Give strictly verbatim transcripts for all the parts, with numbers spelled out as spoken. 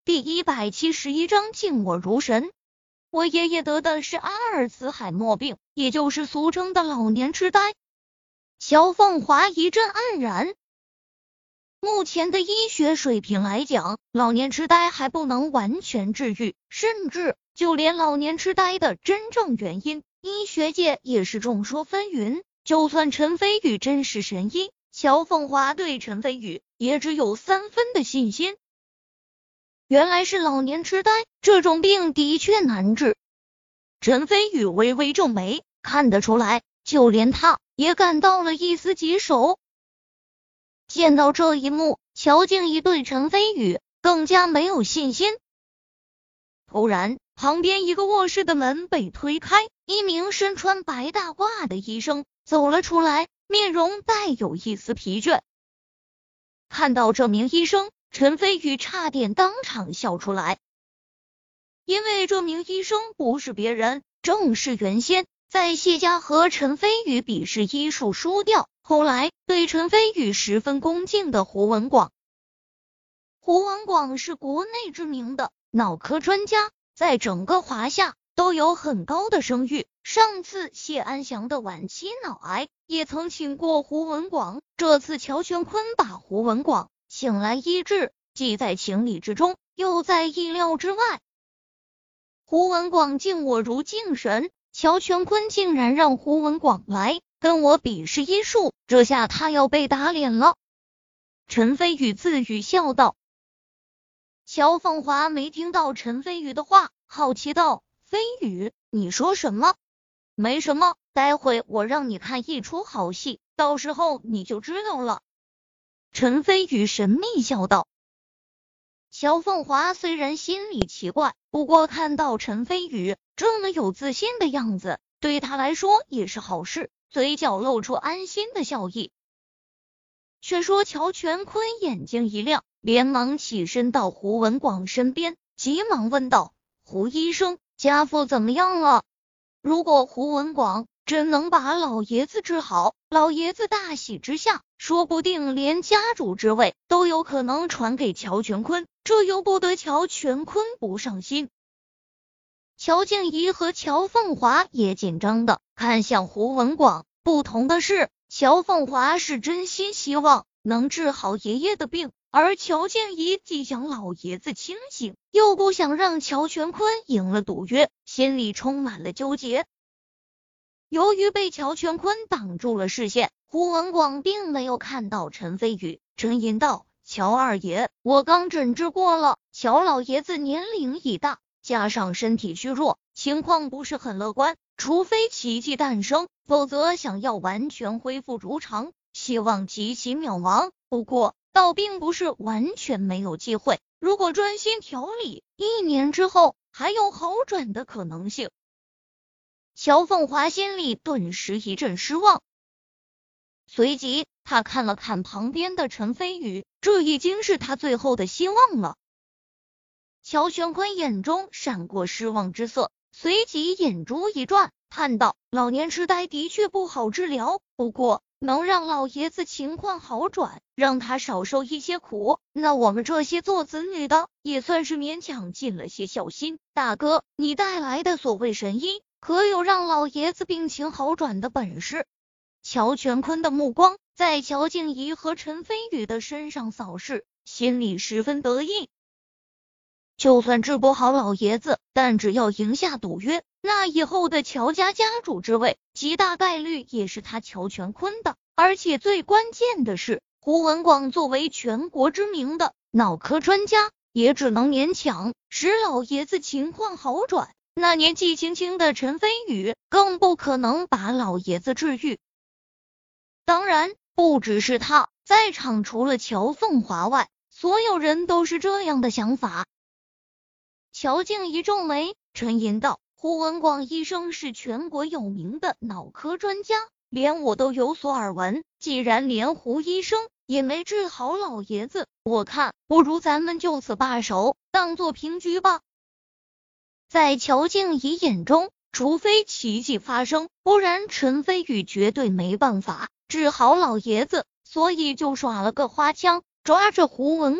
第一百七十一章敬我如神。我爷爷得的是阿尔茨海默病，也就是俗称的老年痴呆。乔凤华一阵黯然。目前的医学水平来讲，老年痴呆还不能完全治愈，甚至就连老年痴呆的真正原因，医学界也是众说纷纭。就算陈飞宇真是神医，乔凤华对陈飞宇也只有三分的信心。原来是老年痴呆，这种病的确难治。陈飞宇微微皱眉，看得出来，就连他也感到了一丝棘手。见到这一幕，乔静怡对陈飞宇更加没有信心。突然，旁边一个卧室的门被推开，一名身穿白大褂的医生走了出来，面容带有一丝疲倦。看到这名医生，陈飞宇差点当场笑出来，因为这名医生不是别人，正是原先在谢家和陈飞宇比试医术输掉，后来对陈飞宇十分恭敬的胡文广。胡文广是国内知名的脑科专家，在整个华夏都有很高的声誉。上次谢安祥的晚期脑癌也曾请过胡文广，这次乔全坤把胡文广请来医治，既在情理之中，又在意料之外。胡文广敬我如敬神，乔全坤竟然让胡文广来跟我比试医术，这下他要被打脸了。陈飞宇自语笑道。乔凤华没听到陈飞宇的话，好奇道：飞宇，你说什么？没什么，待会我让你看一出好戏，到时候你就知道了。陈飞宇神秘笑道。乔凤华虽然心里奇怪，不过看到陈飞宇这么有自信的样子，对他来说也是好事，嘴角露出安心的笑意。却说乔全坤眼睛一亮，连忙起身到胡文广身边，急忙问道：胡医生，家父怎么样了？如果胡文广真能把老爷子治好，老爷子大喜之下，说不定连家主之位都有可能传给乔全坤，这由不得乔全坤不上心。乔静怡和乔凤华也紧张的看向胡文广，不同的是，乔凤华是真心希望能治好爷爷的病，而乔静怡既想老爷子清醒，又不想让乔全坤赢了赌约，心里充满了纠结。由于被乔全坤挡住了视线，胡文广并没有看到陈飞宇，沉吟道：乔二爷，我刚诊治过了，乔老爷子年龄已大，加上身体虚弱，情况不是很乐观，除非奇迹诞生，否则想要完全恢复如常，希望极其渺茫。不过倒并不是完全没有机会，如果专心调理，一年之后还有好转的可能性。乔凤华心里顿时一阵失望，随即他看了看旁边的陈飞宇，这已经是他最后的希望了。乔全坤眼中闪过失望之色，随即眼珠一转，叹道：老年痴呆的确不好治疗，不过能让老爷子情况好转，让他少受一些苦，那我们这些做子女的也算是勉强尽了些孝心。大哥，你带来的所谓神医，可有让老爷子病情好转的本事？乔全坤的目光在乔静怡和陈飞宇的身上扫视，心里十分得意。就算治不好老爷子，但只要赢下赌约，那以后的乔家家主之位极大概率也是他乔全坤的。而且最关键的是，胡文广作为全国知名的脑科专家，也只能勉强使老爷子情况好转，那年纪轻轻的陈飞宇更不可能把老爷子治愈。当然不只是他，在场除了乔凤华外，所有人都是这样的想法。乔静一皱眉，沉吟道：胡文广医生是全国有名的脑科专家，连我都有所耳闻，既然连胡医生也没治好老爷子，我看不如咱们就此罢手，当做平局吧。在乔静怡眼中，除非奇迹发生，不然陈飞宇绝对没办法治好老爷子，所以就耍了个花枪，抓着胡文广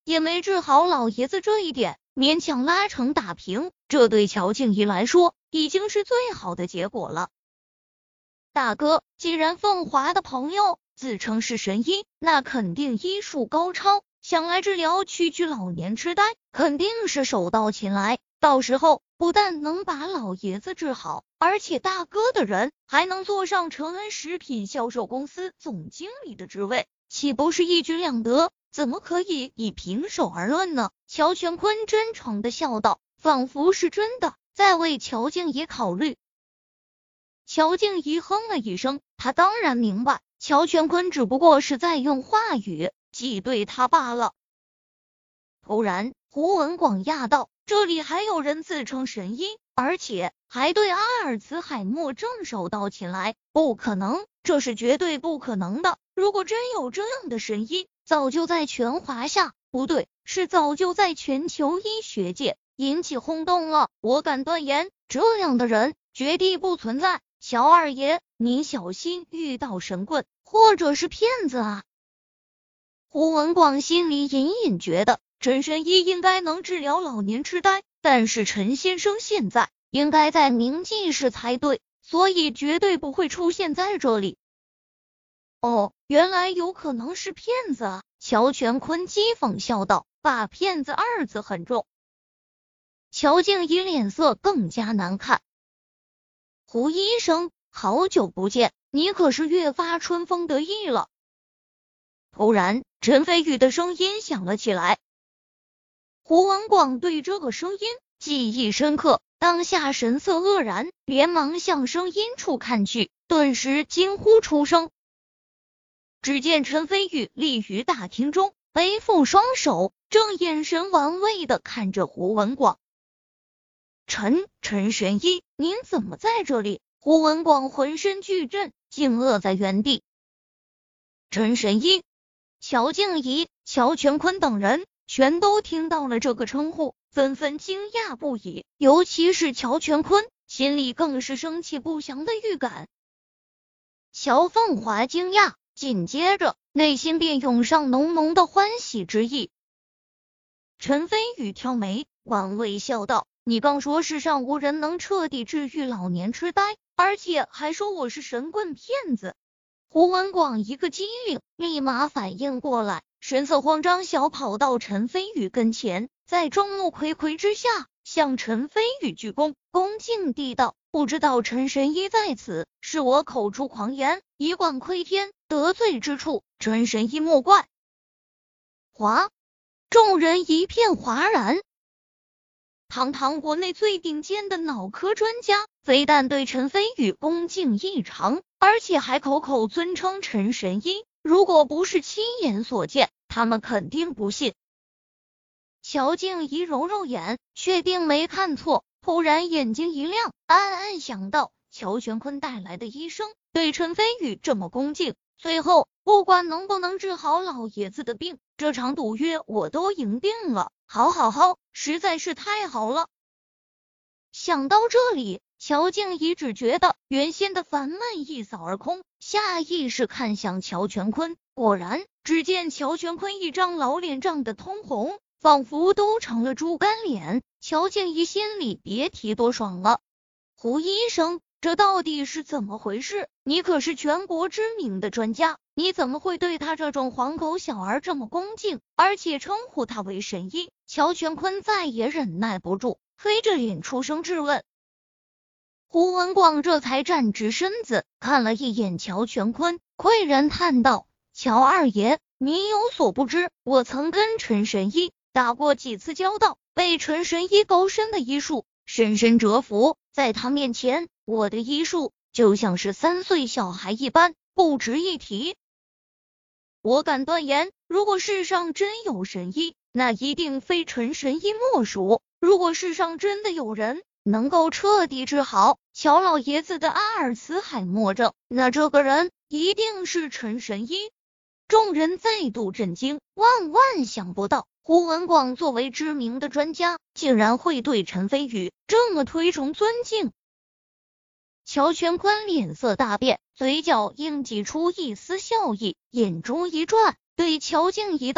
也没治好老爷子这一点，勉强拉成打平，这对乔静怡来说已经是最好的结果了。大哥，既然凤华的朋友自称是神医，那肯定医术高超，想来治疗区区老年痴呆，肯定是手到擒来。到时候不但能把老爷子治好，而且大哥的人还能坐上承恩食品销售公司总经理的职位，岂不是一举两得？怎么可以以平手而论呢？乔全坤真诚的笑道，仿佛是真的在为乔静怡考虑。乔静怡哼了一声，他当然明白，乔全坤只不过是在用话语挤兑他罢了。突然，胡文广讶道，这里还有人自称神医，而且还对阿尔茨海默症手到擒来，不可能，这是绝对不可能的。如果真有这样的神医，早就在全华夏，不对，是早就在全球医学界引起轰动了。我敢断言，这样的人绝对不存在。乔二爷，您小心遇到神棍或者是骗子啊！胡文广心里隐隐觉得陈神医应该能治疗老年痴呆，但是陈先生现在应该在明记市才对，所以绝对不会出现在这里。哦，原来有可能是骗子啊！乔全坤讥讽笑道，把骗子二字很重。乔静怡脸色更加难看。胡医生，好久不见，你可是越发春风得意了。突然，陈飞宇的声音响了起来。胡文广对这个声音记忆深刻，当下神色愕然，连忙向声音处看去，顿时惊呼出声。只见陈飞宇立于大厅中，背负双手，正眼神玩味地看着胡文广。陈陈神医，您怎么在这里？胡文广浑身剧震，竟愕在原地。陈神医，乔静怡、乔全坤等人全都听到了这个称呼，纷纷惊讶不已，尤其是乔全坤，心里更是生气不祥的预感。乔凤华惊讶，紧接着内心便涌上浓浓的欢喜之意。陈飞宇挑眉，玩味笑道，你刚说世上无人能彻底治愈老年痴呆，而且还说我是神棍骗子。胡文广一个机灵，立马反应过来，神色慌张，小跑到陈飞宇跟前，在众目睽睽之下向陈飞宇鞠躬，恭敬地道，不知道陈神医在此，是我口出狂言，以管窥天，得罪之处，陈神医莫怪。哗！众人一片哗然。堂堂国内最顶尖的脑科专家，非但对陈飞宇恭敬异常，而且还口口尊称陈神医，如果不是亲眼所见，他们肯定不信。乔静怡揉揉眼，确定没看错，突然眼睛一亮，暗暗想到，乔玄坤带来的医生对陈飞宇这么恭敬，最后不管能不能治好老爷子的病，这场赌约我都赢定了。好好好，实在是太好了。想到这里，乔静怡只觉得原先的烦闷一扫而空，下意识看向乔全坤，果然只见乔全坤一张老脸涨得通红，仿佛都成了猪肝脸。乔静怡心里别提多爽了。胡医生，这到底是怎么回事？你可是全国知名的专家，你怎么会对他这种黄狗小儿这么恭敬，而且称呼他为神医？乔全坤再也忍耐不住，黑着脸出声质问。胡文广这才站直身子，看了一眼乔全坤，喟然叹道：乔二爷，您有所不知，我曾跟陈神医打过几次交道，被陈神医高深的医术深深折服，在他面前，我的医术就像是三岁小孩一般，不值一提。我敢断言，如果世上真有神医，那一定非陈神医莫属。如果世上真的有人能够彻底治好乔老爷子的阿尔茨海默症，那这个人一定是陈神医。众人再度震惊，万万想不到胡文广作为知名的专家，竟然会对陈飞宇这么推崇尊敬。乔全坤脸色大变，嘴角硬挤出一丝笑意，眼中一转，对乔静怡道：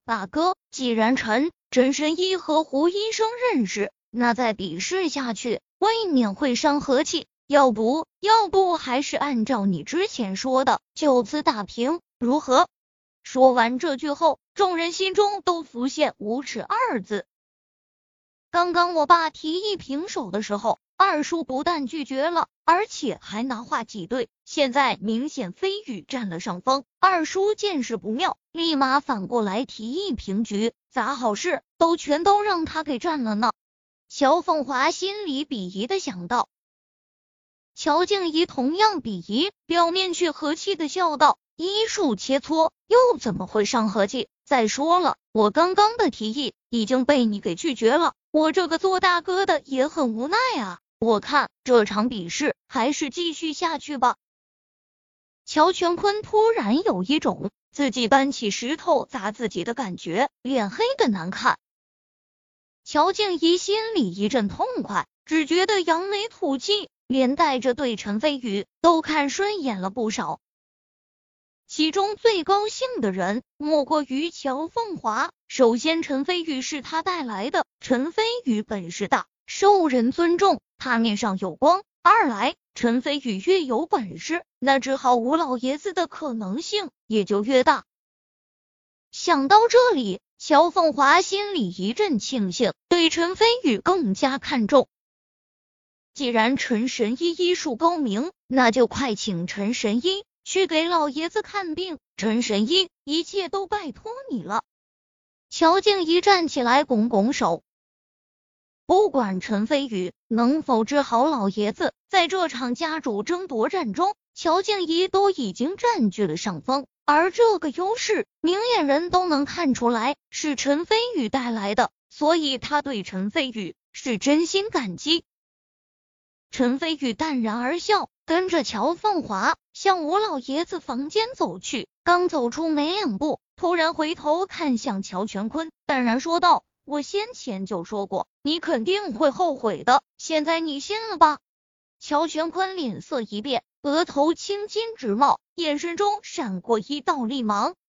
大哥，既然陈真神医和胡医生认识，那再比试下去，未免会伤和气。要不，要不还是按照你之前说的，就此打平，如何？说完这句后，众人心中都浮现无耻二字。刚刚我爸提议平手的时候，二叔不但拒绝了，而且还拿话挤兑。现在明显飞宇占了上风，二叔见势不妙，立马反过来提议平局，咋好事都全都让他给占了呢？乔凤华心里鄙夷的想到。乔静怡同样鄙夷，表面却和气的笑道：医术切磋，又怎么会伤和气？再说了，我刚刚的提议已经被你给拒绝了，我这个做大哥的也很无奈啊。我看这场比试还是继续下去吧。乔全坤突然有一种自己搬起石头砸自己的感觉，脸黑的难看。乔静怡心里一阵痛快，只觉得扬眉吐气，连带着对陈飞宇都看顺眼了不少。其中最高兴的人莫过于乔凤华。首先，陈飞宇是他带来的，陈飞宇本事大，受人尊重，他面上有光。二来，陈飞宇越有本事，那治好吴老爷子的可能性也就越大。想到这里，乔凤华心里一阵庆幸，对陈飞宇更加看重。既然陈神医医术高明，那就快请陈神医去给老爷子看病。陈神医，一切都拜托你了。乔静怡站起来拱拱手，不管陈飞宇能否治好老爷子，在这场家主争夺战中，乔静怡都已经占据了上风，而这个优势明眼人都能看出来是陈飞宇带来的，所以他对陈飞宇是真心感激。陈飞宇淡然而笑，跟着乔凤华向吴老爷子房间走去。刚走出没两步，突然回头看向乔全坤，淡然说道：我先前就说过，你肯定会后悔的，现在你信了吧？乔全坤脸色一变，额头青筋直冒，眼神中闪过一道厉芒。